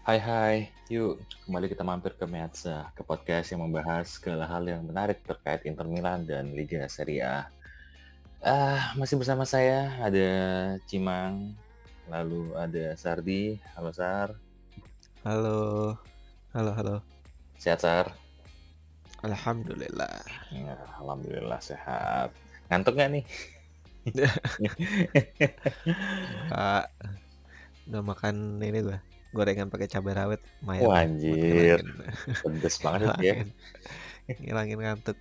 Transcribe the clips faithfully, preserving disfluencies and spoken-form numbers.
Hai hai, yuk kembali kita mampir ke Meazza, ke podcast yang membahas segala hal yang menarik terkait Inter Milan dan Liga Serie A. Ah, masih bersama saya ada Cimang, lalu ada Sardi. Halo Sar, Halo, halo, halo. sehat Sar? Alhamdulillah. Ya, Alhamdulillah sehat. Ngantuk nggak nih? Enggak, udah makan ini gua. Gorengan pakai cabai rawit, lumayan Wah lah buat anjir, ngilangin, pedes banget itu ya. ngilangin, ngilangin ngantuk.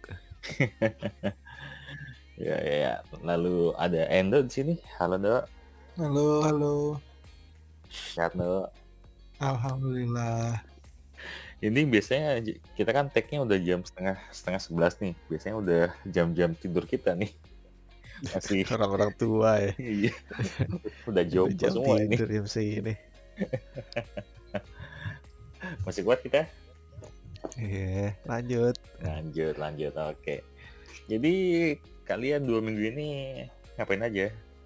Ya, ya, ya. Lalu ada Endo di sini. Halo Dok, Halo, halo. sehat Dok. Alhamdulillah. Ini biasanya j- kita kan tag-nya udah jam setengah setengah sebelas nih. Biasanya udah jam-jam tidur kita nih. Masih Orang-orang tua ya, iya, udah udah jompo jam semua ini. tidur jam segini. Masih kuat kita? Iya, lanjut. Lanjut, lanjut. Oke. Jadi kalian dua minggu ini ngapain aja?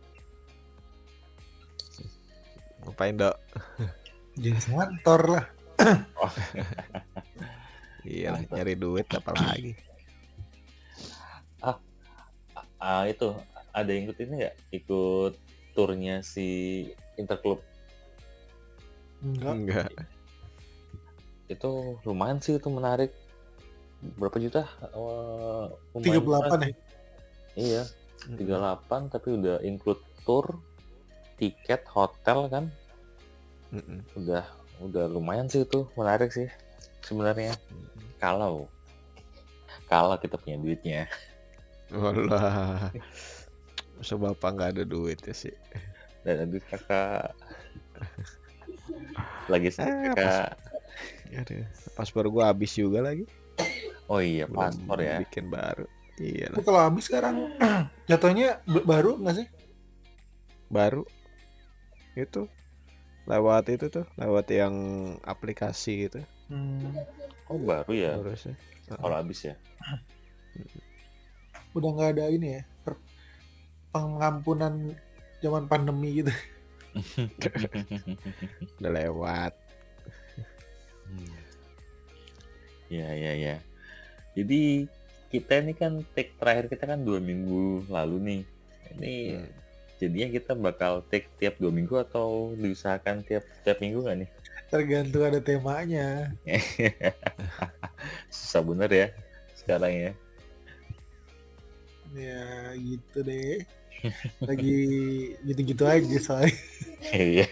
Ngapain dok? Jadi ngantor lah. Oh, Iya lah, mantap. nyari duit apalagi. Ah, ah, itu ada yang ikut ini nggak? Ikut turnya si Interclub. Enggak. Enggak. Itu lumayan sih, itu menarik. Berapa juta? Oh, lumayan tiga puluh delapan murah ya? sih. Iya, tiga puluh delapan tapi udah include tour, tiket, hotel kan. Mm-mm. Udah udah lumayan sih, itu menarik sih sebenarnya. Kalau kalau kita punya duitnya. Walah, masa bapak nggak ada duit ya sih? Dan aduh kakak lagi sakit Eh, pas, kakak. aduh, paspor gua habis juga lagi. Oh iya, Belum paspor ya. bikin baru. Iya Tapi lah, kalau habis sekarang jatuhnya b- baru nggak sih? baru itu lewat itu tuh, lewat yang aplikasi itu Hmm, Oh baru ya, harusnya. kalau habis ya. udah nggak ada ini ya? per- pengampunan zaman pandemi gitu. Udah lewat. Ya ya ya. Jadi kita ini kan take terakhir kita kan dua minggu lalu nih. Ini Hmm. jadinya kita bakal take tiap dua minggu atau diusahakan tiap tiap minggu nggak nih? Tergantung ada temanya. Susah bener ya sekarang ya. Ya gitu deh. Lagi gitu-gitu aja soalnya. Iya.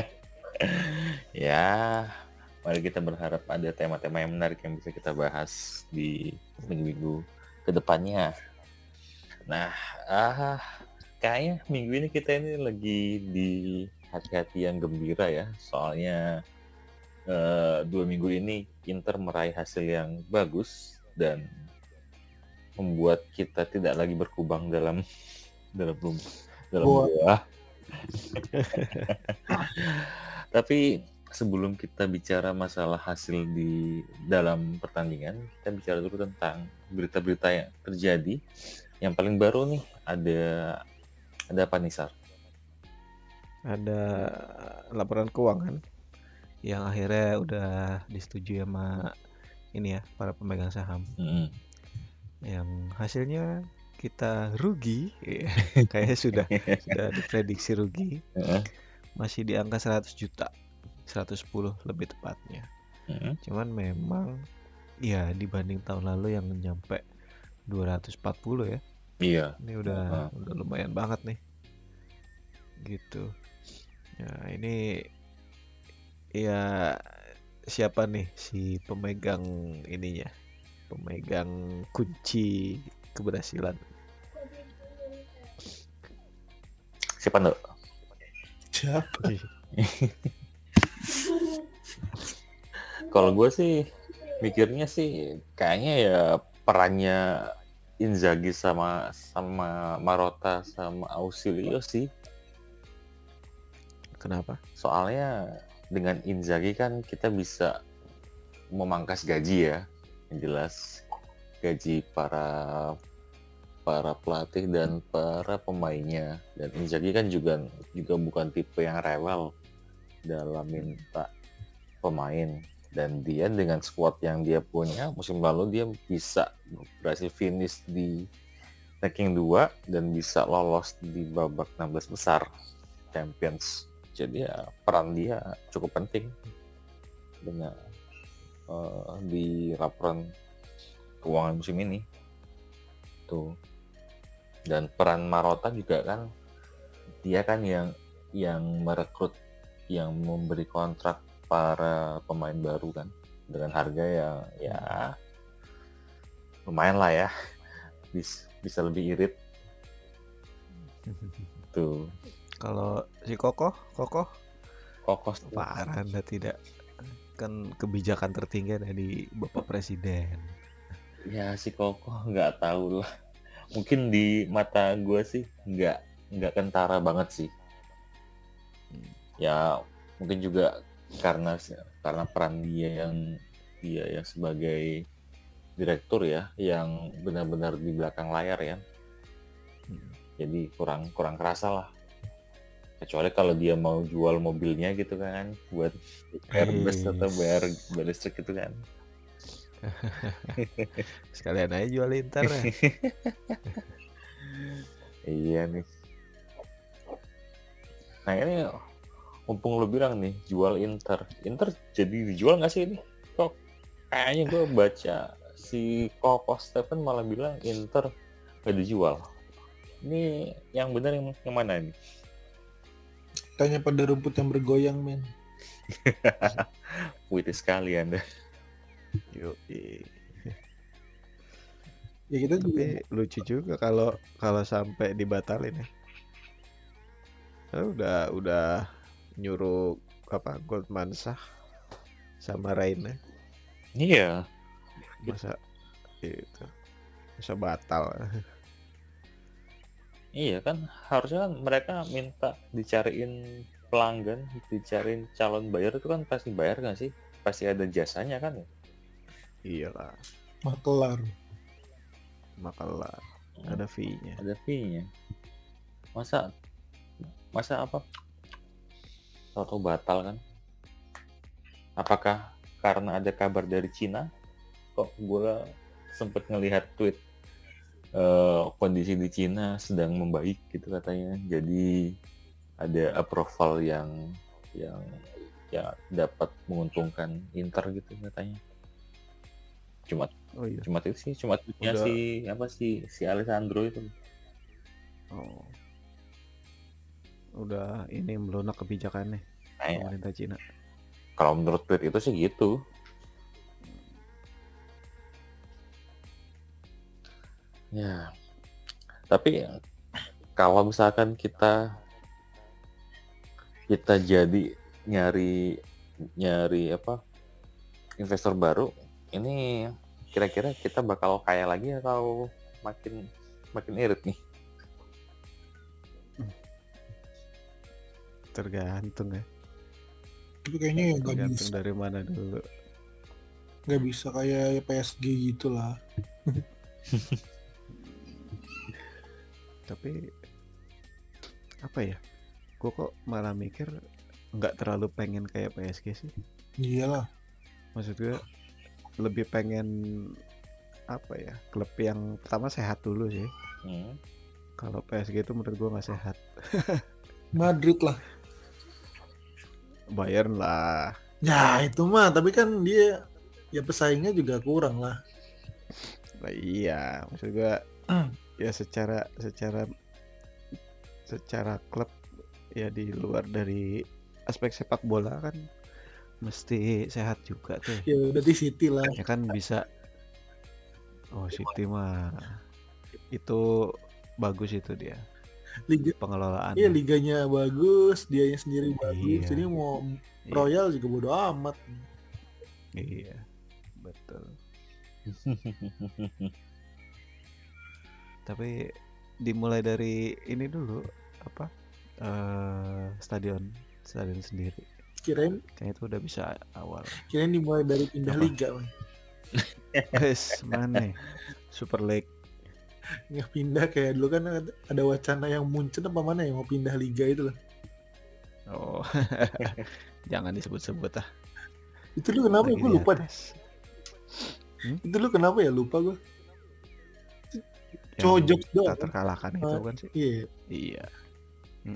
Ya, mari kita berharap ada tema-tema yang menarik yang bisa kita bahas di minggu-minggu kedepannya. Nah, ah, kayaknya minggu ini kita ini lagi di hati-hati yang gembira ya. Soalnya eh, dua minggu ini Inter meraih hasil yang bagus dan membuat kita tidak lagi berkubang dalam dalam rum- dalam Gua gua. Tapi sebelum kita bicara masalah hasil di dalam pertandingan, kita bicara dulu tentang berita-berita yang terjadi. Yang paling baru nih ada ada apa nih Sar? Ada laporan keuangan yang akhirnya udah disetujui sama ini ya, para pemegang saham, Mm-mm. yang hasilnya kita rugi. Kayaknya sudah sudah diprediksi rugi, Heeh. masih di angka seratus juta, seratus sepuluh lebih tepatnya. Mm-mm. Cuman memang ya dibanding tahun lalu yang nyampe dua ratus empat puluh ya, Iya. ini udah Heeh. udah lumayan banget nih gitu ya. Ini ya, siapa nih si pemegang ininya, pemegang kunci keberhasilan? Siapa Ndok? siapa? Kalau gue sih mikirnya sih kayaknya ya perannya Inzaghi sama sama Marotta sama Ausilio sih. Kenapa? Soalnya dengan Inzaghi kan kita bisa memangkas gaji ya, yang jelas gaji para para pelatih dan para pemainnya. Dan Inzaghi kan juga juga bukan tipe yang rewel dalam minta pemain, dan dia dengan squad yang dia punya musim lalu dia bisa berhasil finish di ranking dua dan bisa lolos di babak enam belas besar Champions. Jadi ya peran dia cukup penting dengan uh, di laporan keuangan musim ini tuh. Dan peran Marotta juga kan, dia kan yang yang merekrut, yang memberi kontrak para pemain baru kan dengan harga yang ya lumayan lah ya, bisa, bisa lebih irit tuh. Kalau si Kokoh, Kokoh Kokos tuh. parah Anda tidak, kan kebijakan tertinggi ada di Bapak Presiden. Ya si Kokoh nggak tahu lah, mungkin di mata gue sih nggak nggak kentara banget sih. Ya mungkin juga karena karena peran dia yang dia yang sebagai direktur ya, yang benar-benar di belakang layar ya. Jadi kurang kurang kerasa lah. Kecuali kalau dia mau jual mobilnya gitu kan, buat bayar bus atau bayar bayar listrik gitu kan. Sekalian aja jual Inter ya. Iya nih. Nah ini mumpung lo bilang nih jual Inter, Inter jadi dijual nggak sih ini? Kok kayaknya gue baca si Koko Stephen malah bilang Inter nggak dijual. Ini yang benar yang, yang mana nih? Tanya pada rumput yang bergoyang, men. Puitis sekali Anda. Yoi. Ya kita juga. Tapi lucu juga kalau kalau sampai dibatalin ya. Saya udah udah nyuruh apa Goldman Sachs sama Reina. Iya. Masa itu masa batal. Iya kan, harusnya kan mereka minta dicariin pelanggan, dicariin calon bayar itu kan pasti bayar nggak sih? Pasti ada jasanya kan ya? Iyalah, Makelar. makalah ada fee-nya. Ada fee-nya. Masa masa apa? Tahu-tahu batal kan? Apakah karena ada kabar dari Cina? Kok gue sempet ngelihat tweet uh, kondisi di Cina sedang membaik gitu katanya. Jadi ada approval yang yang ya dapat menguntungkan Inter gitu katanya. Cuma Oh iya. cuma itu sih, cuma tweetnya Udah. si apa sih si Alessandro itu. Oh. Udah ini melunak kebijakannya Nah, ya, pemerintah Cina. kalau menurut tweet itu sih gitu. Ya. Tapi kalau misalkan kita kita jadi nyari nyari apa investor baru, ini kira-kira kita bakal kaya lagi atau makin makin irit nih? Tergantung ya. Tapi kayaknya ya nggak Tergantung bisa. dari mana dulu. Nggak bisa kayak P S G gitu lah. Tapi apa ya? Gue kok malah mikir nggak terlalu pengen kayak P S G sih. Iyalah. Maksud gue lebih pengen apa ya? Klub yang pertama sehat dulu sih. Hmm. Kalau P S G itu menurut gue nggak sehat. Madrid lah. Bayern lah. Ya itu mah, tapi kan dia ya pesaingnya juga kurang lah. Nah, iya, maksud gue ya secara secara secara klub ya di luar dari aspek sepak bola kan mesti sehat juga tuh. Ya berarti City lah. Ya kan bisa. Oh City mah itu bagus itu dia. Liga, Pengelolaan. iya liganya bagus, dianya sendiri bagus. Iya. Jadi mau Iya. Royal juga bodo amat. Iya, betul. Tapi dimulai dari ini dulu apa? Uh, stadion, stadion sendiri. Kirain, Kayaknya itu udah bisa awal. kirain dimulai dari pindah Apa? liga, man. Wes mana? Super League. Nggak pindah kayak dulu kan ada, ada wacana yang Munchen apa mana yang mau pindah liga itu lah. Oh, jangan disebut-sebut ah. Itu lu kenapa ya? Lagi Gue di lupa deh. atas. Hmm? Itu lu kenapa ya? Lupa gue. Yang Cowok jokes doang tak kan? terkalahkan itu Ah, kan sih. iya. Iya. Hmm.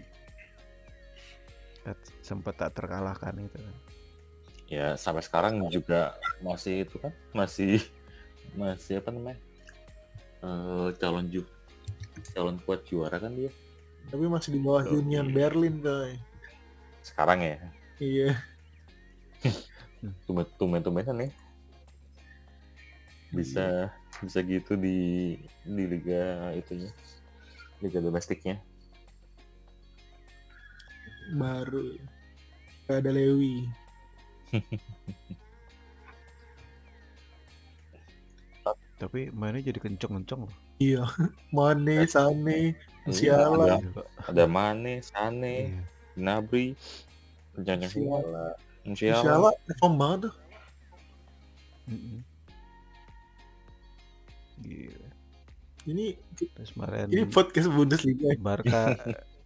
Tak- Sempat tak terkalahkan itu kan. Ya sampai sekarang juga masih itu kan masih masih apa namanya eh, calon ju calon kuat juara kan dia Tapi masih di bawah Oh, Union iya. Berlin coy. sekarang ya. Iya. Tumben tumben-tumbenan ya bisa bisa gitu di di liga itunya, liga domestiknya. Baru gak ada Lewi. Tapi mainnya jadi kenceng-kenceng loh. Iya. Mane, Sane, Iya, Musiala. ada ada Mane, Sane, Iya. Gnabry, Jangan Musiala. Musiala. Musiala perform banget tuh. Mm-mm. Gila. Ini Terus kemarin ini podcast Bundesliga. Barca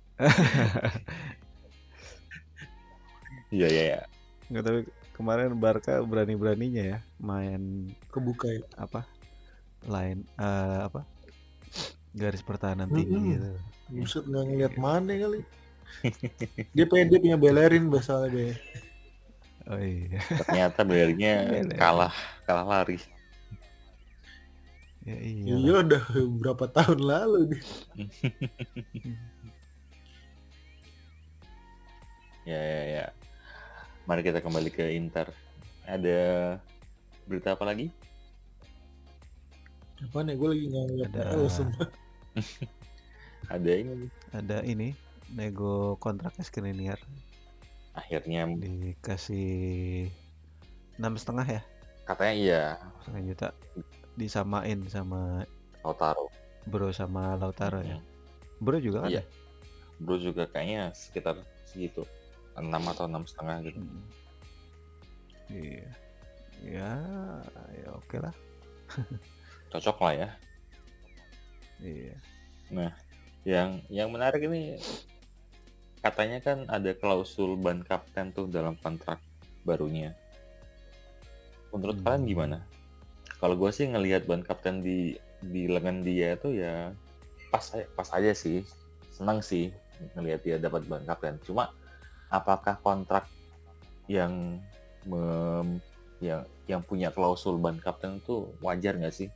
Iya iya ya. nggak, tapi kemarin Barca berani-beraninya ya main Kebuka ya. apa line eh, apa garis pertahanan tinggi Mm-mm. gitu. Buset nggak ngeliat Mane kali. Dia pengen dia punya Bellerin biasanya be. Oh iya. Ternyata Bellerin Bellerin. kalah kalah lari. Ya Iya iya. udah berapa tahun lalu nih. Ya ya ya. Mari kita kembali ke Inter. Ada berita apa lagi? Apa nih? Gue lagi nggak ngeliat Ada- L sumpah. Ada ini nih. Ada ini nego kontrak Skriniar Akhirnya dikasih enam setengah ya, katanya iya setengah juta, disamain sama Lautaro. Bro sama Lautaro ya. Hmm. Bro juga kan Iya. ya? Bro juga kayaknya sekitar segitu. enam atau enam setengah gitu. Hmm. Iya. Ya, ya oke lah. Cocok lah ya. Iya. Nah, yang yang menarik ini katanya kan ada klausul ban kapten tuh dalam kontrak barunya. Menurut Hmm. kalian gimana? Kalau gue sih ngelihat ban kapten di di lengan dia itu ya pas pas aja sih, senang sih ngelihat dia dapat ban kapten. Cuma apakah kontrak yang mem, yang yang punya klausul ban kapten itu wajar nggak sih?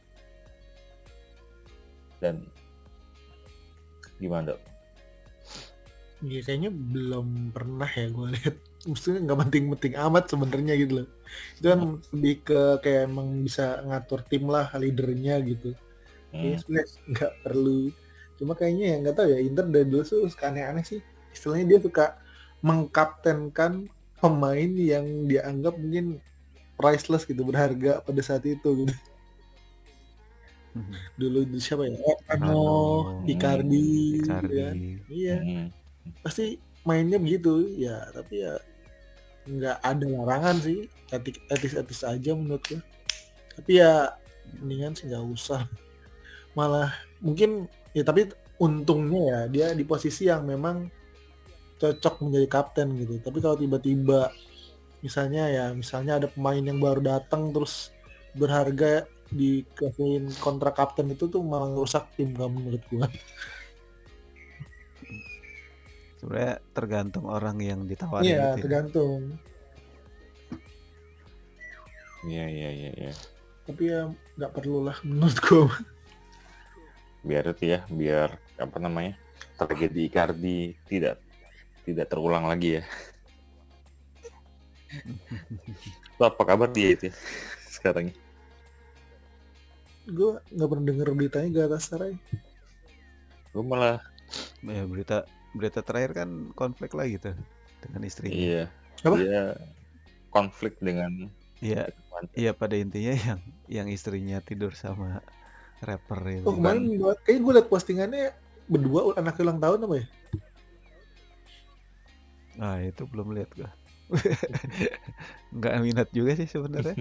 Dan gimana dok? Iya kayaknya belum pernah ya gue lihat. Maksudnya nggak penting-penting amat sebenarnya gitu loh. Itu kan lebih ke kayak emang bisa ngatur tim lah, leadernya gitu. Kayaknya Hmm. sebenarnya nggak perlu. Cuma kayaknya ya nggak tahu ya, Inter dari dulu tuh suka aneh-aneh sih. Istilahnya dia suka mengkaptenkan pemain yang dia anggap mungkin priceless gitu, berharga pada saat itu gitu. Mhm. Dulu di siapa ya? Rano, Rano, Icardi, Icardi. gitu kan. Iya, Hmm. pasti mainnya begitu ya. Tapi ya nggak ada larangan sih, etik etis-etis aja menurut gue. Tapi ya mendingan sih nggak usah. Malah mungkin ya, tapi untungnya ya dia di posisi yang memang cocok menjadi kapten gitu. Tapi kalau tiba-tiba misalnya ya misalnya ada pemain yang baru datang terus berharga dikasihin kontrak kapten, itu tuh malah ngerusak tim kalau menurut gua. Sebenarnya tergantung orang yang ditawarin Iya gitu ya. tergantung. Iya iya iya iya. Tapi ya nggak perlu lah menurut gua. Biar itu ya, biar apa namanya tragedi Icardi tidak tidak terulang lagi ya. Lo apa kabar dia itu ya, sekarang? Gua nggak pernah denger beritanya Galatasaray. Gue malah Ya, berita berita terakhir kan konflik lagi tuh dengan istrinya. iya Apa? dia konflik dengan Iya, mantan. iya pada intinya yang yang istrinya tidur sama rapper itu. Oh kemarin gua- kayaknya gue liat postingannya berdua anak ulang tahun apa ya? Ah, itu belum lihat gua. Nggak minat juga sih sebenarnya.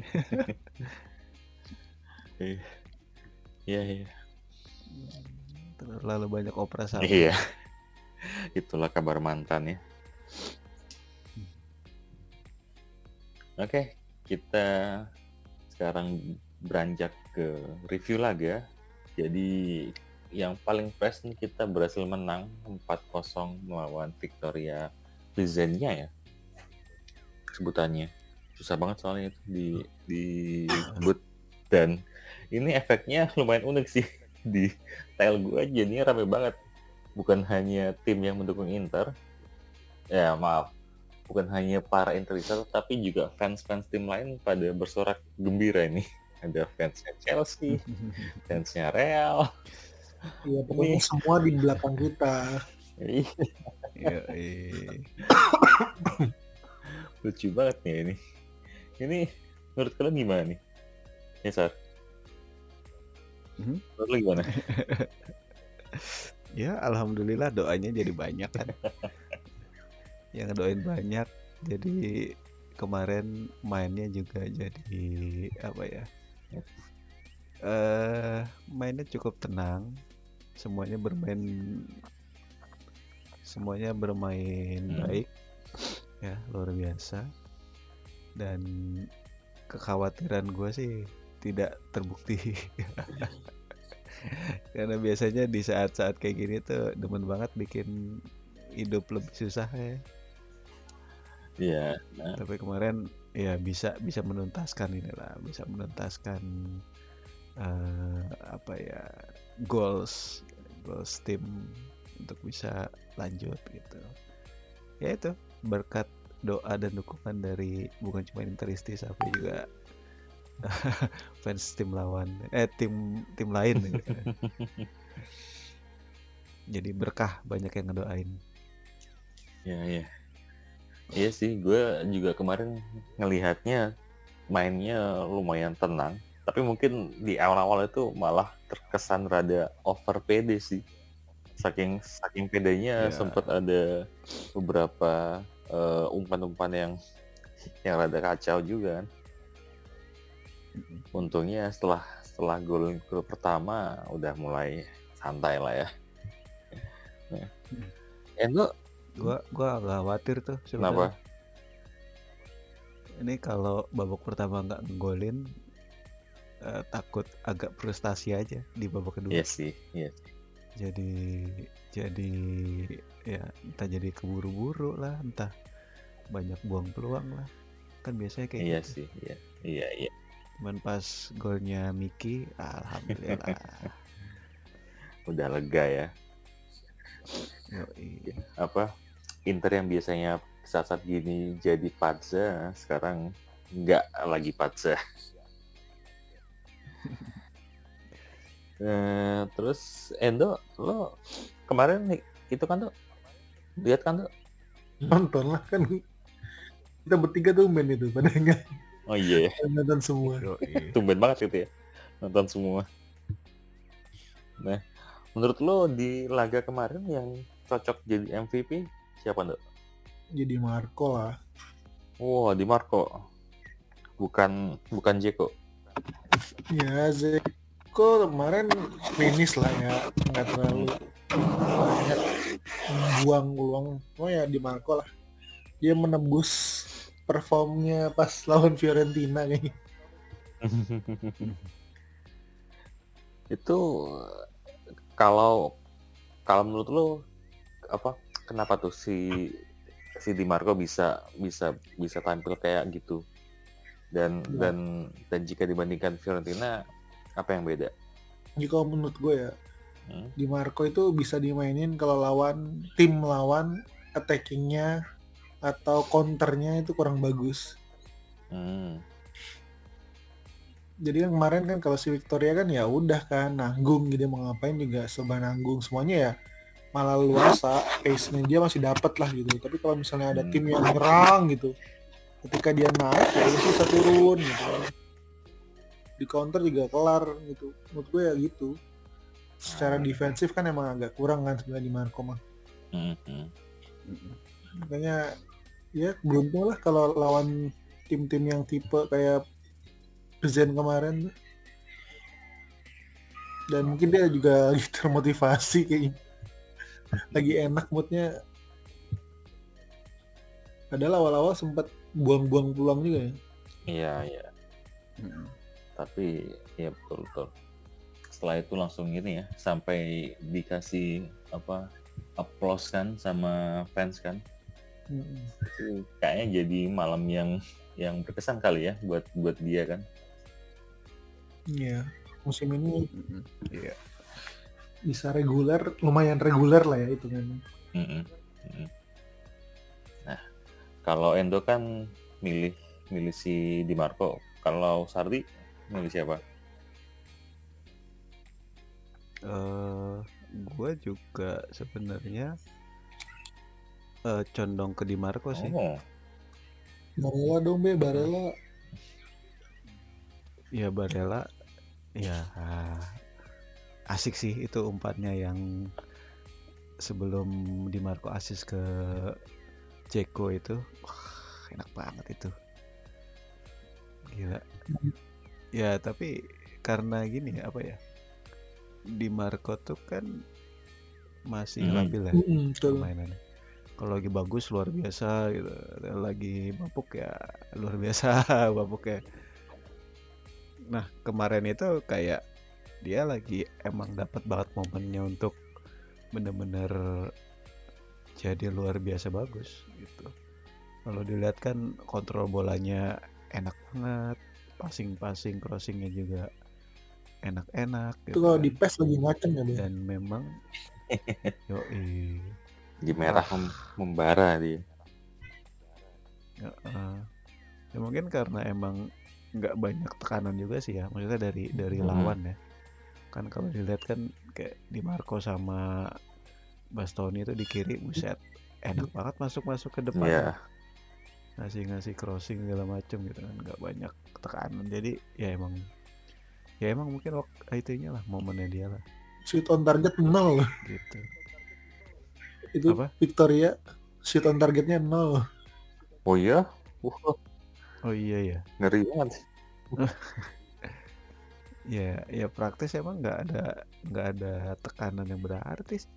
Iya iya Terlalu banyak opera sama. iya. Itulah kabar mantan ya. Oke, kita sekarang beranjak ke review laga. Jadi yang paling fresh nih kita berhasil menang empat kosong melawan Victoria Plzeň ya sebutannya. Susah banget soalnya itu di di boot, dan ini efeknya lumayan unik sih. Di tile gue jadinya rame banget. Bukan hanya tim yang mendukung Inter, ya maaf, bukan hanya para Interister, tapi juga fans-fans tim lain pada bersorak gembira ini. Ada fansnya Chelsea, fansnya Real. Iya, pokoknya Ini semua di belakang kita. Yoi. lucu banget nih ini. Ini menurut kalian gimana nih? Ya, Sar? Mhm. Menurut lu gimana? Ya alhamdulillah doanya jadi banyak kan. Yang ngedoain banyak, jadi kemarin mainnya juga jadi apa ya? Eh mainnya cukup tenang, semuanya bermain semuanya bermain Hmm. baik, ya luar biasa. Dan kekhawatiran gue sih tidak terbukti. Karena biasanya di saat-saat kayak gini tuh demen banget bikin hidup lebih susah ya. Iya. Nah, Tapi kemarin ya bisa bisa menuntaskan inilah, bisa menuntaskan eh, apa ya, goals goals tim untuk bisa lanjut gitu. Ya itu berkat doa dan dukungan dari bukan cuma Interistis tapi juga fans tim lawan eh tim tim lain gitu. Jadi berkah, banyak yang ngedoain. iya, iya. Iya sih, gue juga kemarin ngelihatnya mainnya lumayan tenang. Tapi mungkin di awal-awal itu malah terkesan rada over pede sih. Saking saking pedenya Ya. sempat ada beberapa eh, umpan-umpan yang yang rada kacau juga kan. Untungnya setelah setelah gol gol pertama udah mulai santai lah ya. Nah. Endo, Gua gua agak khawatir tuh kenapa? sebenarnya. Ini kalau babak pertama nggak ngegolin, eh, takut agak frustasi aja di babak kedua. Iya sih, iya. Jadi jadi ya entah jadi keburu-buru lah, entah banyak buang peluang lah. Kan biasanya kayak Iya gitu. sih, iya. Iya, iya. Cuman pas golnya Miki, alhamdulillah. Udah lega ya. Yoi. Apa Inter yang biasanya saat-saat gini jadi Padza, sekarang nggak lagi Padza. Eh, terus Endo, lo kemarin nih itu kan tuh lihat kan tuh? Nonton lah kan. Kita bertiga tuh main itu pada enggak Oh iya ya, nonton semua. Yoi. tumben banget itu ya, nonton semua. Nah, menurut lo di laga kemarin yang cocok jadi M V P siapa tuh? Jadi Marco lah. Wah, Di Marco, bukan bukan Dzeko. Ya Zeko kemarin finish lah ya, nggak terlalu banyak buang peluang. Oh ya Di Marco lah. Dia menembus performnya pas lawan Fiorentina kayaknya. Itu kalau kalau menurut lo apa kenapa tuh si si Di Marco bisa bisa bisa tampil kayak gitu, dan Ya. dan dan jika dibandingkan Fiorentina apa yang beda? Jadi kalau menurut gue ya, Hmm? Di Marco itu bisa dimainin kalau lawan tim lawan attackingnya atau counternya itu kurang bagus. Hmm. Jadi kan kemarin kan kalau si Victoria kan ya udah kan nanggung gitu, mau ngapain juga serba nanggung semuanya ya, malah luasa, pace-nya dia masih dapat lah gitu. Tapi kalau misalnya ada Hmm. tim yang nyerang gitu, ketika dia naik ya udah bisa turun gitu. Di counter juga kelar gitu. Menurut gue ya gitu. Secara defensif kan emang agak kurang kan sebenarnya di Marco mah. Hmm. Hmm. Makanya ya beruntung lah kalau lawan tim-tim yang tipe kayak Plzeň kemarin. Dan mungkin dia juga lagi termotivasi kayaknya. Lagi enak moodnya. Padahal awal-awal sempat buang-buang peluang juga ya. Iya, iya. Mm-mm. Tapi ya betul betul. Setelah itu langsung ini ya, sampai dikasih apa applause kan sama fans kan. Mm-mm. Itu kayaknya jadi malam yang yang berkesan kali ya buat buat dia kan. Iya, musim ini Mm-mm. Iya. bisa reguler, lumayan reguler lah ya itu kan. Mm-mm, mm-mm. Nah, kalau Endo kan milih milih si Di Marco. Kalau Sardi milih siapa? eh gue juga sebenarnya eh, condong ke Di Marco sih. Oh, Barella dong be, Barella. Ya Barella, ya asik sih itu umpannya yang sebelum Di Marco asis ke Ceko itu, wah, enak banget itu, gila. Ya tapi karena gini apa ya, Di Marco tuh kan masih mm, labil ya Mm-mm, betul. permainannya. Kalau lagi bagus luar biasa gitu, lagi bapuk ya luar biasa bapuknya. Nah kemarin itu kayak dia lagi emang dapat banget momennya untuk bener-bener jadi luar biasa bagus gitu. Kalau dilihat kan kontrol bolanya enak banget, passing-passing, crossingnya juga enak-enak Itu gitu kalau kan. di P E S lagi ngaceng ya be. Dan memang yoi, di merah wah, mem- membara dia. ya, uh, ya mungkin karena emang nggak banyak tekanan juga sih ya, maksudnya dari dari Mm, lawan ya. Kan kalau dilihat kan kayak Di Marco sama Bastoni itu di kiri, buset, enak banget masuk-masuk ke depan, Iya, ngasih-ngasih crossing segala macem gitu kan, nggak banyak tekanan. Jadi ya emang ya emang mungkin waktu itunya lah, momennya dia lah Shoot on target nol loh. gitu. Itu Apa? Victoria shoot on targetnya nol. oh iya, wah Oh iya ya, ngeri banget. ya ya praktis emang nggak ada nggak ada tekanan yang berarti sih.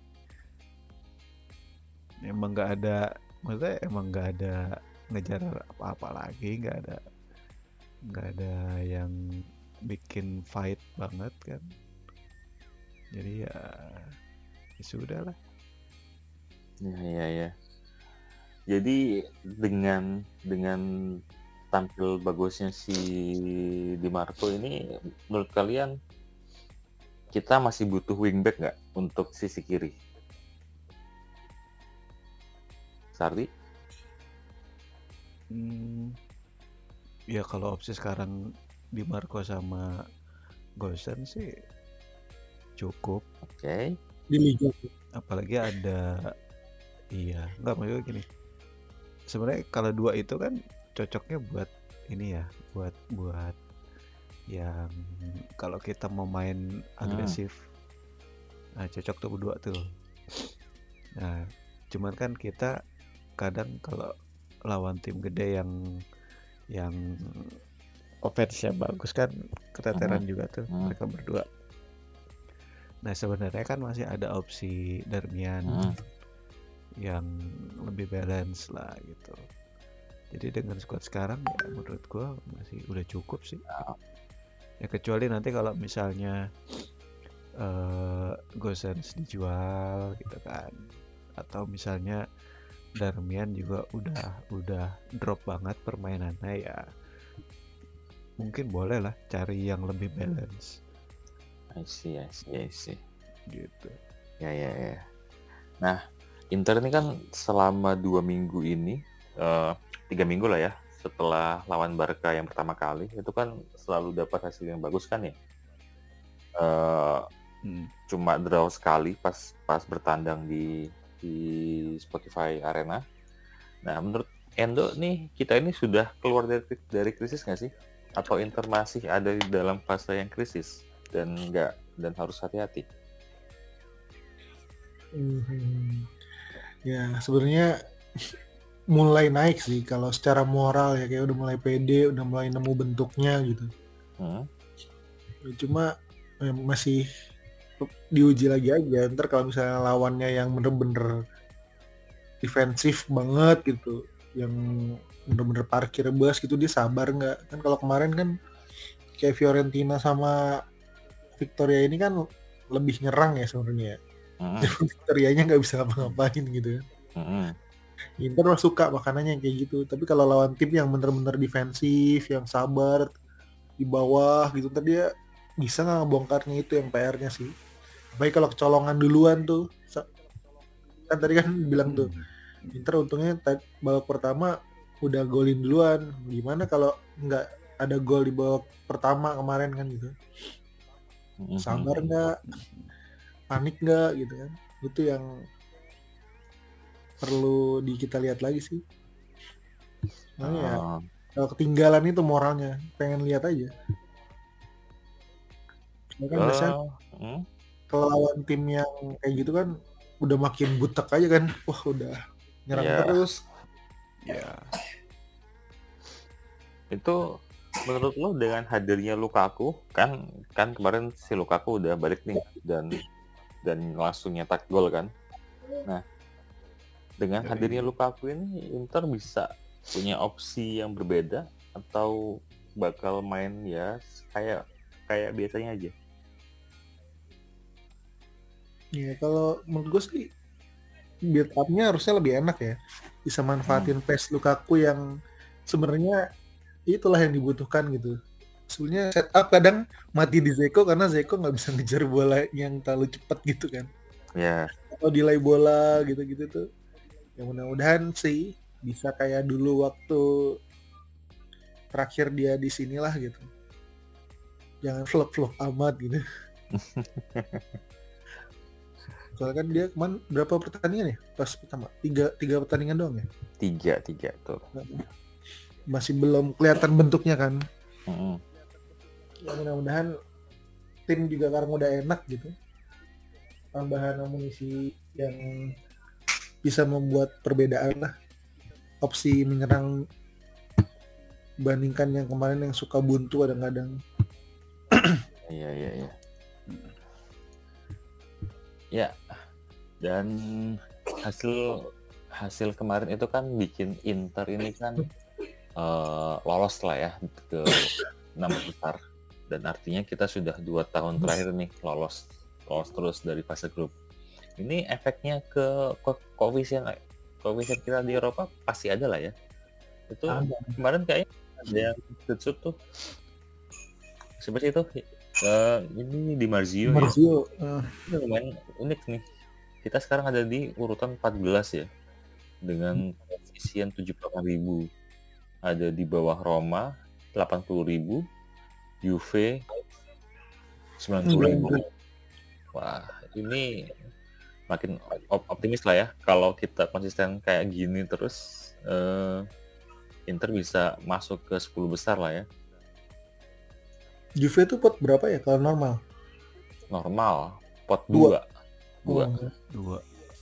Emang nggak ada, maksudnya emang nggak ada ngejar apa-apa lagi, nggak ada nggak ada yang bikin fight banget kan. Jadi ya, ya sudah lah. Iya, iya, iya. Jadi dengan dengan tampil bagusnya si Di Marco ini, menurut kalian kita masih butuh wingback nggak untuk sisi kiri? Sardi? Hmm, ya kalau opsi sekarang Di Marco sama Gosen sih cukup. Oke. Okay. Di liga. Apalagi ada, iya nggak, maksudnya gini, sebenarnya kalau dua itu kan cocoknya buat ini ya, buat buat yang kalau kita mau main agresif, hmm. nah cocok tuh berdua tuh. Nah cuman kan kita kadang kalau lawan tim gede yang yang offense-nya bagus kan keteteran uh-huh. juga tuh uh-huh. mereka berdua. Nah sebenarnya kan masih ada opsi Darmian uh-huh. yang lebih balance lah gitu. Jadi dengan squad sekarang ya menurut gue masih udah cukup sih. Ya kecuali nanti kalau misalnya uh, Gosens dijual gitu kan, atau misalnya Darmian juga udah udah drop banget permainannya, ya mungkin boleh lah cari yang lebih balance. I see, I see, I see. Gitu. Ya, ya, ya. Nah, Inter ini kan selama dua minggu ini, uh, tiga minggu lah ya, setelah lawan Barca yang pertama kali, itu kan selalu dapat hasil yang bagus kan ya. Uh, hmm. Cuma draw sekali pas pas bertandang di di Spotify Arena. Nah, menurut Endo nih, kita ini sudah keluar dari dari krisis nggak sih? Atau Inter masih ada di dalam fase yang krisis dan nggak dan harus hati-hati? Hmm. Ya sebenarnya mulai naik sih kalau secara moral ya, kayak udah mulai pede, udah mulai nemu bentuknya gitu. Hmm. Cuma eh, masih diuji lagi aja. Ntar kalau misalnya lawannya yang bener-bener defensif banget gitu, yang bener-bener parkir bus gitu dia sabar nggak? Kan kalau kemarin kan kayak Fiorentina sama Victoria ini kan lebih nyerang ya sebenarnya. Mm-mm. Victorianya nggak bisa ngapa-ngapain gitu kan. Mm-mm. Inter mah suka makanannya yang kayak gitu. Tapi kalau lawan tim yang bener-bener defensif, yang sabar di bawah gitu, ntar dia bisa nggak ngebongkarnya, itu yang P R-nya sih. Baik kalau kecolongan duluan tuh, Sa- kan tadi kan bilang tuh Hmm. Inter untungnya ta- babak pertama udah golin duluan. Gimana kalau nggak ada gol di babak pertama kemarin kan gitu? Mm-mm. Sabar nggak, panik nggak gitu kan? Itu yang perlu di kita lihat lagi sih. Nah ya, Ah, kalau ketinggalan itu moralnya, pengen lihat aja. Ya kan biasanya eh, mm, kalau lawan tim yang kayak gitu kan udah makin butek aja kan. Wah udah nyerang ya terus. Ya. itu menurut lo dengan hadirnya Lukaku kan kan kemarin si Lukaku udah balik nih dan dan langsung nyetak gol kan. Nah, dengan Yoi. hadirnya Lukaku ini Inter bisa punya opsi yang berbeda atau bakal main ya kayak kayak biasanya aja. Ya kalau menurut gue sih build up-nya harusnya lebih enak ya. Bisa manfaatin pace Lukaku yang sebenarnya itulah yang dibutuhkan gitu. Sebenarnya setup kadang mati di Zeko karena Zeko nggak bisa ngejar bola yang terlalu cepat gitu kan. Ya, Atau delay bola gitu-gitu tuh. Ya mudah-mudahan sih bisa kayak dulu waktu terakhir dia di sinilah gitu. Jangan flop-flop amat gitu. Soalnya kan dia kemarin berapa pertandingan ya? Pas pertama tiga tiga pertandingan doang ya. tiga tiga tuh. Masih belum kelihatan bentuknya kan. Mm-mm. Ya mudah-mudahan tim juga sekarang udah enak gitu. Tambahan amunisi yang bisa membuat perbedaan lah. Opsi menyerang bandingkan yang kemarin yang suka buntu kadang-kadang. Iya iya iya. Ya, dan hasil hasil kemarin itu kan bikin Inter ini kan eh, lolos lah ya ke enam besar dan artinya kita sudah dua tahun terakhir nih lolos lolos terus dari fase grup. Ini efeknya ke ko- koefisien koefisien kita di Eropa pasti ada lah ya. Itu Ada. kemarin kayaknya ada yang screenshot tuh. Siapa sih itu? Eh, ini di Marzio ya. Marzio, eh, Ini lumayan unik nih. Kita sekarang ada di urutan empat belas ya. Dengan koefisien tujuh puluh delapan ribu. Ada di bawah Roma delapan puluh ribu. Juve sembilan puluh ribu. Wah, ini makin op- optimis lah ya. Kalau kita konsisten kayak gini terus, eh, Inter bisa masuk ke sepuluh besar lah ya. Juve itu pot berapa ya kalau normal? Normal, pot Dua. dua. Dua. Oh. Dua.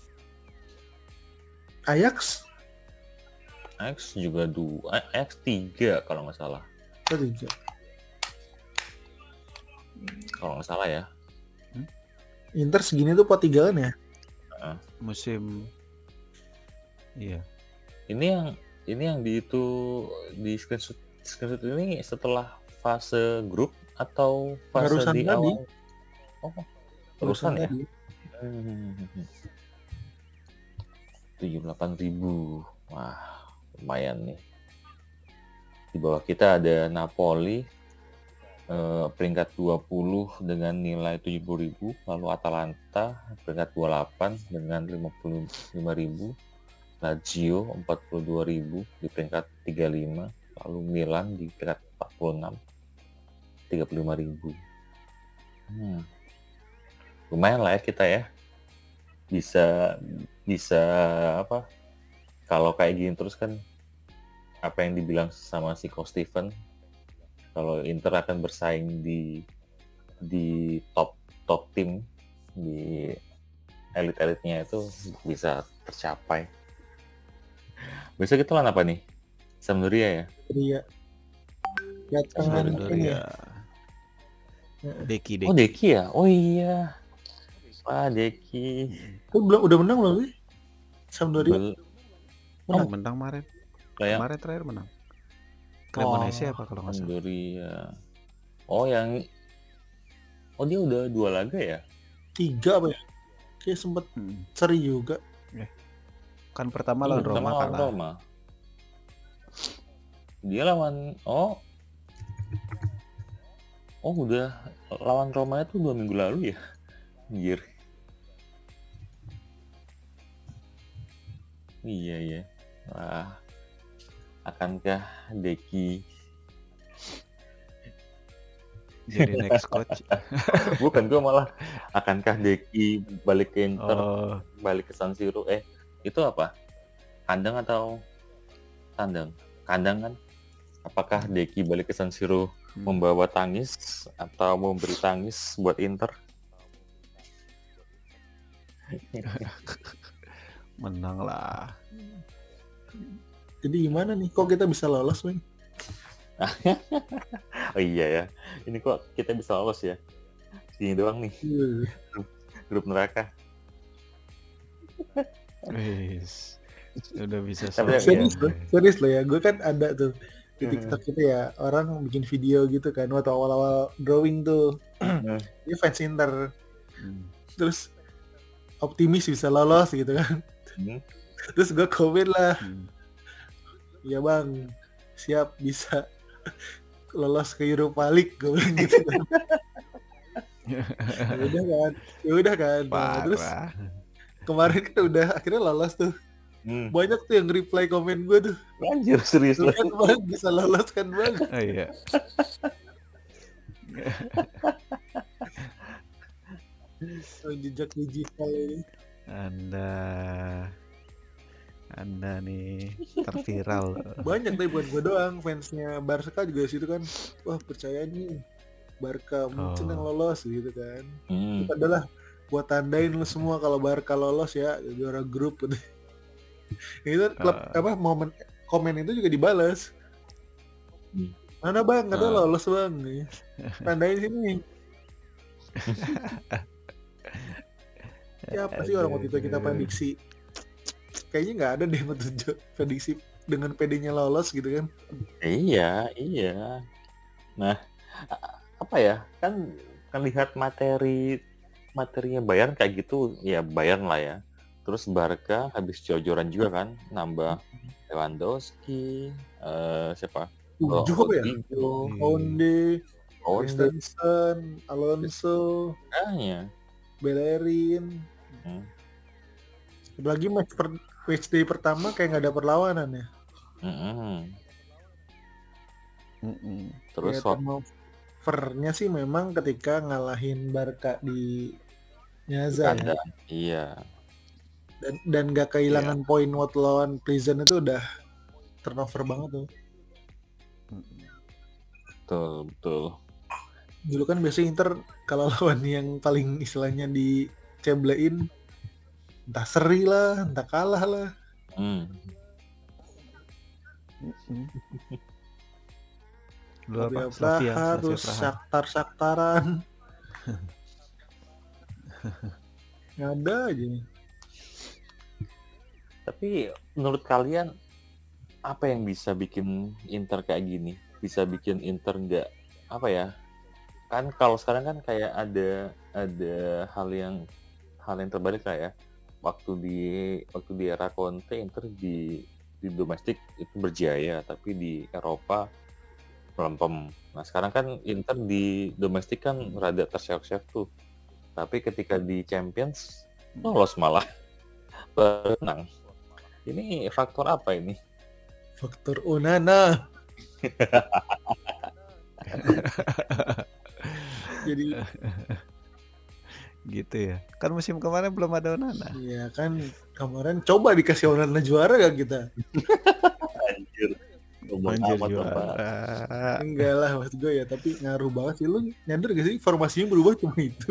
Ajax Ajax juga dua. Ajax tiga kalau nggak salah. oh, tiga. Kalau nggak salah ya. Inter segini tuh pot tiga kan ya? Musim. Iya. Ini yang ini yang di itu di screenshot screenshot ini setelah fase grup atau fase Barusan di tadi. awal? Oh, barusan ya. tadi. tujuh puluh delapan ribu. Wah, lumayan nih. Di bawah kita ada Napoli eh, peringkat dua puluh dengan nilai tujuh puluh ribu, lalu Atalanta peringkat dua puluh delapan dengan lima puluh lima ribu, Lazio empat puluh dua ribu di peringkat tiga puluh lima, lalu Milan di peringkat empat puluh enam tiga puluh lima ribu. Hmm. Lumayan lah ya kita ya. Bisa bisa apa? Kalau kayak gini terus kan apa yang dibilang sama si Coach Steven, kalau Inter akan bersaing di di top top tim di elit-elitnya itu bisa tercapai. Besok kita lawan apa nih? Sampdoria ya? Iya. Kedatangan ini Sampdoria. ya. Deki Oh Deki. Deki ya? Oh iya. Wah Deki. Itu belum udah menang belum sih? Sampdoria. Bel- Menang menang kemarin. Kayak Kemarin terakhir menang. Cremonese Oh, apa kalau nggak salah? Sampdoria. Oh yang oh dia udah dua laga ya? tiga apa ya? Kayak sempet Hmm. seri juga. Eh, Kan pertama Iya, lawan pertama Roma lawan kalah. Roma. Dia lawan oh oh udah lawan Roma itu dua minggu lalu ya? Anjir. Iya ya. Wah, akankah Deki Jadi next coach. bukan gue malah akankah Deki balik ke Inter, Oh, balik ke San Siro? Eh, itu apa? Kandang atau tandang? Kandang kan? Apakah Deki balik ke San Siro hmm. membawa tangis atau memberi tangis buat Inter? menang lah. Jadi gimana nih? Kok kita bisa lolos, Bang? Oh iya ya, ini kok kita bisa lolos ya? Ini doang nih, Iya. grup neraka. Wis, udah bisa Tapi selesai. Serius loh, serius loh ya. Gue kan ada tuh di TikTok itu ya, orang bikin video gitu kan waktu awal-awal drawing tuh. Hmm. Dia fans Inter, Hmm. terus optimis bisa lolos gitu kan. Hmm. Terus gue komen lah, Hmm. ya bang, siap bisa lolos ke Europa League, gue bilang gitu kan. Ya udah kan, ya udah kan. Nah, terus Parah. kemarin kan udah akhirnya lolos tuh. Hmm. Banyak tuh yang reply komen gue tuh. Anjir, serius Tuh lah. kan bang bisa lolos kan bang. Oh iya. Oh, jejak digital ini. Anda Anda nih terviral. Banyak tapi bukan gue doang, fansnya Barca juga situ kan. Wah percaya nih Barca mungkin Oh. yang lolos gitu kan. Hmm. Itu adalah buat tandain lu semua kalau Barca lolos ya juara grup gitu. Itu klub Ah. apa momen komen itu juga dibalas. Hmm. Mana bang, kata Ah. lolos bang. Tandain sini. Siapa sih orang waktu itu kita prediksi? Kayaknya nggak ada deh yang waktu itu prediksi dengan P D-nya lolos gitu kan. Iya, iya. Nah, a- apa ya? Kan kan lihat materi materinya Bayern kayak gitu, ya Bayern lah ya. Terus Barca habis jor-joran juga kan, nambah Lewandowski, eh, siapa? Tujuh apa ya? Rodrigo, Konde, Onde, Christensen, Alonso, kayaknya. Bellerin. Hmm. Lagi match per match day pertama kayak nggak ada perlawanan ya. Mm-mm. Mm-mm. Terus Ya, waktu turnover-nya sih memang ketika ngalahin Barca di Nyaza ya. kandang, iya. Dan dan nggak kehilangan poin waktu lawan Prison itu udah turnover banget tuh. Mm-mm. Betul, betul. Dulu kan biasanya Inter kalau lawan yang paling istilahnya diceblein entah seri lah, entah kalah lah. Hmm. Mm-mm. Lu Slavia apa? Slavia, Praha, Slavia terus Praha. Shakhtar Shakhtaran. Nggak ada aja. Tapi menurut kalian apa yang bisa bikin Inter kayak gini? Bisa bikin Inter nggak apa ya? Kan kalau sekarang kan kayak ada ada hal yang hal yang terbalik lah ya. Waktu di waktu di era Conte Inter di di domestik itu berjaya, tapi di Eropa melempem. Nah sekarang kan Inter di domestik kan rada terseok-seok tuh. Tapi ketika di Champions lolos malah berenang. Ini faktor apa ini? Faktor Onana. Jadi Gitu ya. Kan musim kemarin belum ada Onana. ya kan kemarin coba dikasih Onana juara gak kita? Anjir. Ngomong Anjir amat, Bapak. juara. Enggak lah maksud gue ya, tapi ngaruh banget sih. Lu nyadar gak sih formasinya berubah cuma itu?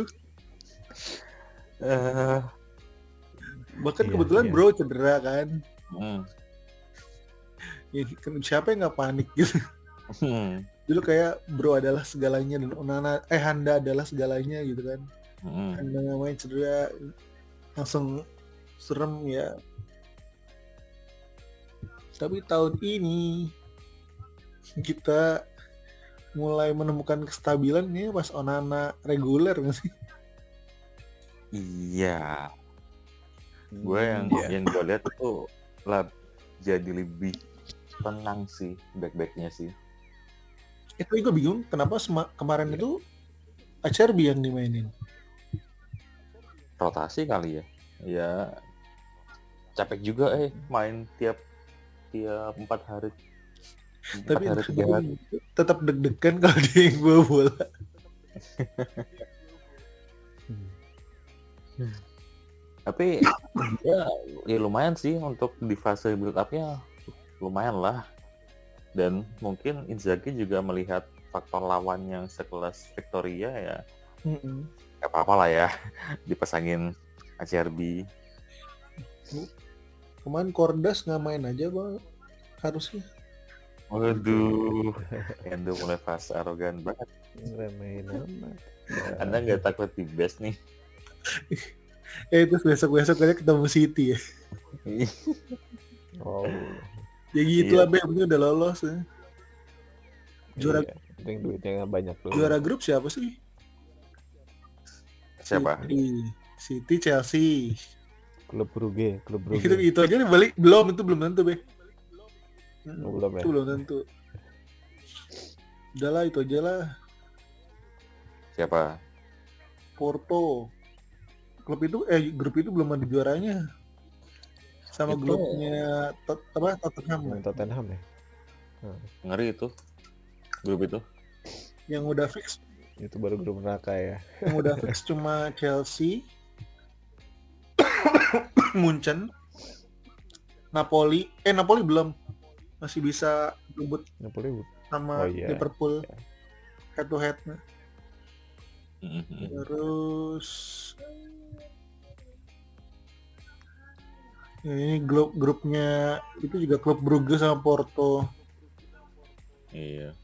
Eh, Bahkan Iya, kebetulan iya. bro cedera kan. hmm. Ya, kan siapa yang gak panik gitu? Hmm. Dulu kayak bro adalah segalanya dan Onana eh Handa adalah segalanya gitu kan. Hmm. Handa namanya cedera langsung serem ya. Tapi tahun ini kita mulai menemukan kestabilan nih pas Onana reguler nggak sih? Iya, gue yang Iya. yang gue lihat itu lah jadi lebih tenang sih back-backnya sih. Itu gue bingung kenapa sema- kemarin itu Acerbi yang dimainin. Rotasi kali ya. Ya capek juga eh main tiap tiap empat hari. Empat Tapi hari entah tiga kenapa hari. tetap deg-degan kalau dia yang bawa bola. Tapi ya, ya lumayan sih untuk di fase build up-nya lumayan lah. Dan mungkin Inzaghi juga melihat faktor lawan yang sekelas Victoria ya Mm-mm. nggak apa-apa lah ya dipasangin Acerbi. Kemarin Kordas nggak main aja bang, harusnya. Waduh, Endo mulai fase arogan banget. Remehin amat. Anda nggak takut di best nih? Eh terus besok-besok aja ketemu City ya. Oh, Ya gitu lah, Iya. Be, yang penting udah lolos ya. Juara iya. Penting duitnya nggak banyak dulu. juara grup siapa sih? Siapa? City, City, Chelsea. Klub Brugge, klub Itu Brugge. itu aja nih balik belum, itu belum tentu, Be. Mm, Oh, belum ya? Itu belum tentu. Udah lah, itu aja lah. Siapa? Porto. Klub itu eh grup itu belum ada juaranya. Sama Itu- grupnya Tot- apa Tottenham Yang Tottenham ya? Ngeri itu grup itu. yang udah fix, Itu baru grup neraka ya. yang udah fix cuma Chelsea, Munchen, Napoli. Eh Napoli belum. Masih bisa rebut Napoli sama Oh, iya. Liverpool head to head. Mhm. Terus ya, ini grup grupnya itu juga klub Brugge sama Porto. Iya.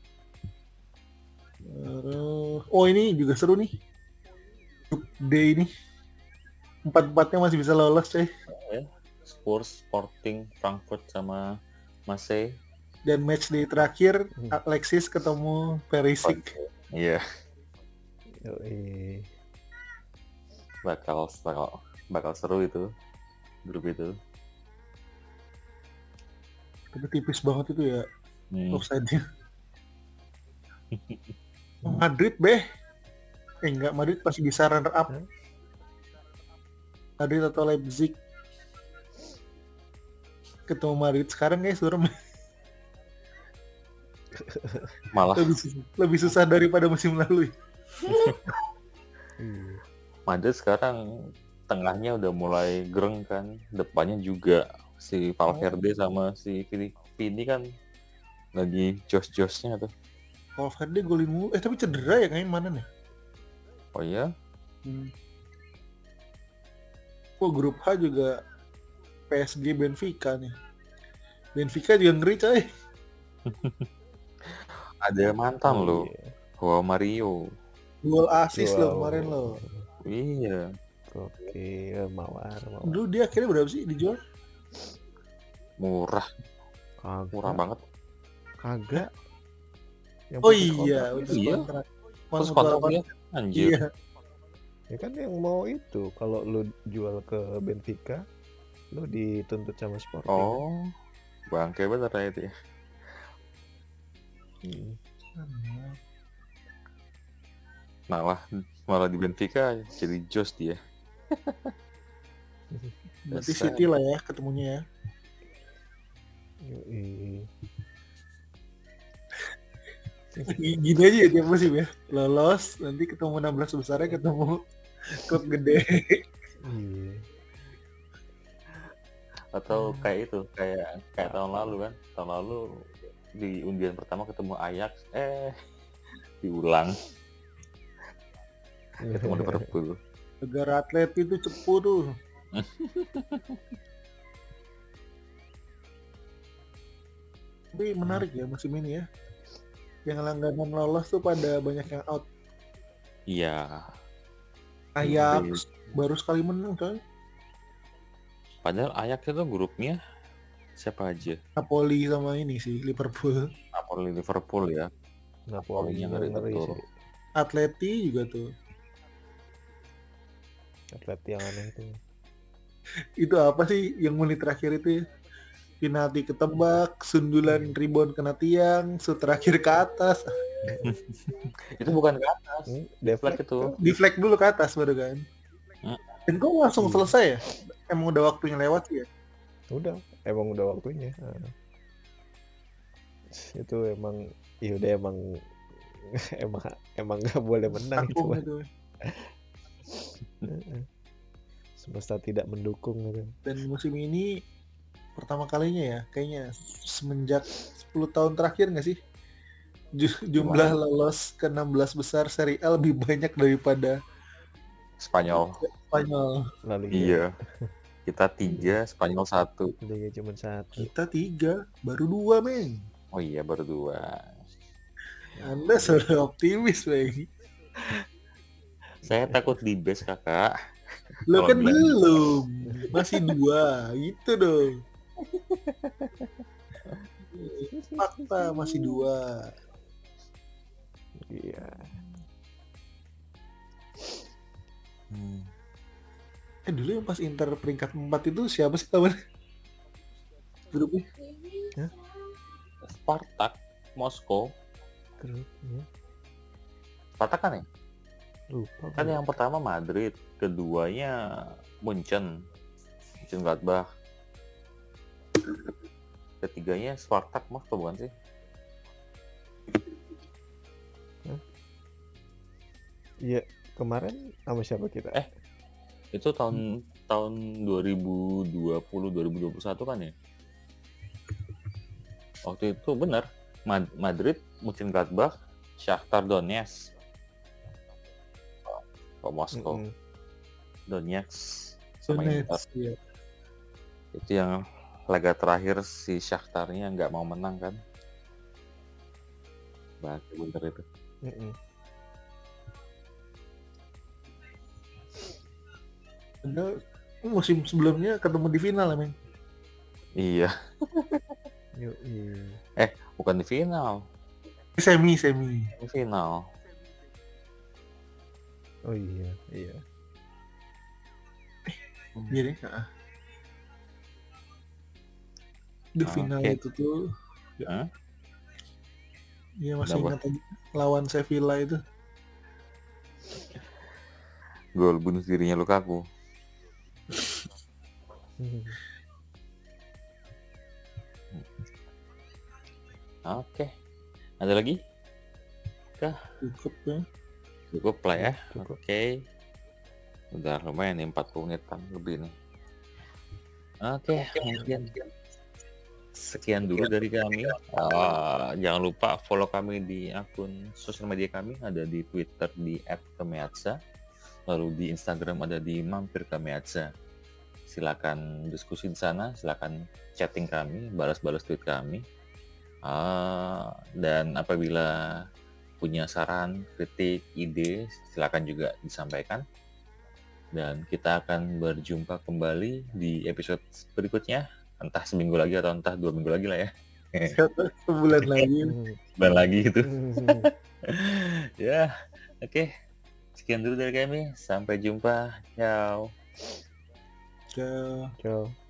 Terus oh ini juga seru nih. Grup D ini. Empat-empatnya masih bisa lolos, coy. Spurs, Sporting, Frankfurt sama Marseille. Dan match day terakhir Hmm. Alexis ketemu Perisic. Iya, Yoi. bakal bakal bakal seru itu grup itu. Tapi tipis banget itu ya Hmm. offside-nya. Madrid beh. Eh enggak, Madrid pasti bisa runner up. Hah? Madrid atau Leipzig. Ketemu Madrid sekarang guys, serem. Malah lebih, susah, lebih susah daripada musim lalu. Iya. Madrid sekarang tengahnya udah mulai gereng kan, depannya juga si Valverde sama si Vini, Vini kan lagi jos-josnya tuh. Valverde golin mulu. Eh tapi cedera ya kayaknya mana nih? Oh iya, Hmm. Oh grup H juga P S G Benfica nih. Benfica juga ngeri coy. ada mantan Oh, lo, iya. Joao Mario. Gol asis Wow. loh kemarin loh. Iya, Oke, mawar, mawar. Dulu dia akhirnya berapa sih dijual? murah, Kagak. murah banget. Kagak. Yang Oh putus iya, kontrak udah itu. Iya. kontrak. Terus Mutual kontrak kontrak. dia, anjir. Iya. Ya kan yang mau itu kalau lu jual ke Benfica, lu dituntut sama Sporting. Oh, bangke bener ya itu ya. Hmm. Malah malah di Benfica jadi jos dia. Berarti Dasar. City lah ya ketemunya ya. Yoi. Gini aja ya tiap musim ya. Lolos, nanti ketemu enam belas besarnya, ketemu klub gede. Iya. Atau kayak itu, kayak kayak tahun lalu kan. Tahun lalu di undian pertama ketemu Ajax, eh diulang ketemu Liverpool. Negara atlet itu cepu tuh. Tapi menarik ya musim ini ya. Yang langganan lolos tuh pada banyak yang out. Iya. Ajax baru sekali menang coy. Padahal Ajax itu grupnya Siapa aja? Napoli sama ini sih Liverpool. Napoli, Liverpool ya. Napoli Napolinya juga ngeri ngeri betul. sih. Atleti juga tuh. Atleti yang aneh itu. Itu apa sih yang menit terakhir itu ya? Penalti ketebak, sundulan rebound kena tiang, shoot terakhir ke atas. Itu bukan ke atas. Hmm, Deflect deflect itu. tuh. Deflect dulu ke atas baru kan. Hmm. Dan kok langsung Iya. selesai ya? Emang udah waktunya lewat ya? Udah, emang udah waktunya. Nah. Itu emang, ya udah emang emang emang nggak boleh menang itu. Takung Mah. itu. Semesta tidak mendukung gitu. Dan musim ini pertama kalinya ya, kayaknya semenjak sepuluh tahun terakhir nggak sih? Ju- Jumlah Gimana? lolos ke enam belas besar Serie A lebih banyak daripada Spanyol. Spanyol. La Liga. Iya. Kita tiga, Spanyol satu. Liga cuma satu. Kita tiga, baru dua, Meng. Oh iya, baru dua. Anda sudah optimis, Meng. Saya takut di base kakak. Lo Kalau kan bilang belum, masih dua, gitu dong. Fakta masih dua. Iya. Hmm. Eh dulu yang pas Inter peringkat empat itu siapa sih lawan grupnya? Spartak, Moskow. Grupnya Spartak kan ya? lupa. Kan gue. yang pertama Madrid, keduanya Munchen, Mönchengladbach. Ketiganya Spartak, Moskow bukan sih? Iya, kemarin sama siapa kita? Eh. Itu tahun tahun dua ribu dua puluh dua ribu dua puluh satu kan ya? Waktu itu benar Mad- Madrid, Mönchengladbach, Shakhtar Donetsk. Oh, Moskow, Mm-mm. Donetsk sama Inter. Donetsk, iya. Itu yang laga terakhir si Shakhtarnya nggak mau menang kan? Bahas bener itu. Mm-mm. Padahal musim sebelumnya ketemu di final ya, Meng. Iya, Yoi. bukan di final, Semi, semi. di final. Oh iya, iya. Iya deh. heeh. Di final Oke. itu tuh, Hah? ya masih Kenapa? ingat aja lawan Sevilla itu. Gol bunuh dirinya Lukaku. Oke, ada lagi? Cukup ya. Cukup lah ya. Cukup. Oke, udah lumayan nih empat puluh menitan lebih nih. Oke, mungkin sekian dulu dari kami. Ah, jangan lupa follow kami di akun sosial media kami, ada di Twitter di et kemeatsa, lalu di Instagram ada di mampir kemeatsa. Silakan diskusi di sana, silakan chatting kami, balas-balas tweet kami. Ah, dan apabila punya saran, kritik, ide, silakan juga disampaikan. Dan kita akan berjumpa kembali di episode berikutnya, entah seminggu lagi atau entah dua minggu lagi lah ya. Sebulan lagi. Sebulan lagi gitu. Ya, oke. Sekian dulu dari kami. Sampai jumpa. Ciao. Ciao. Ciao.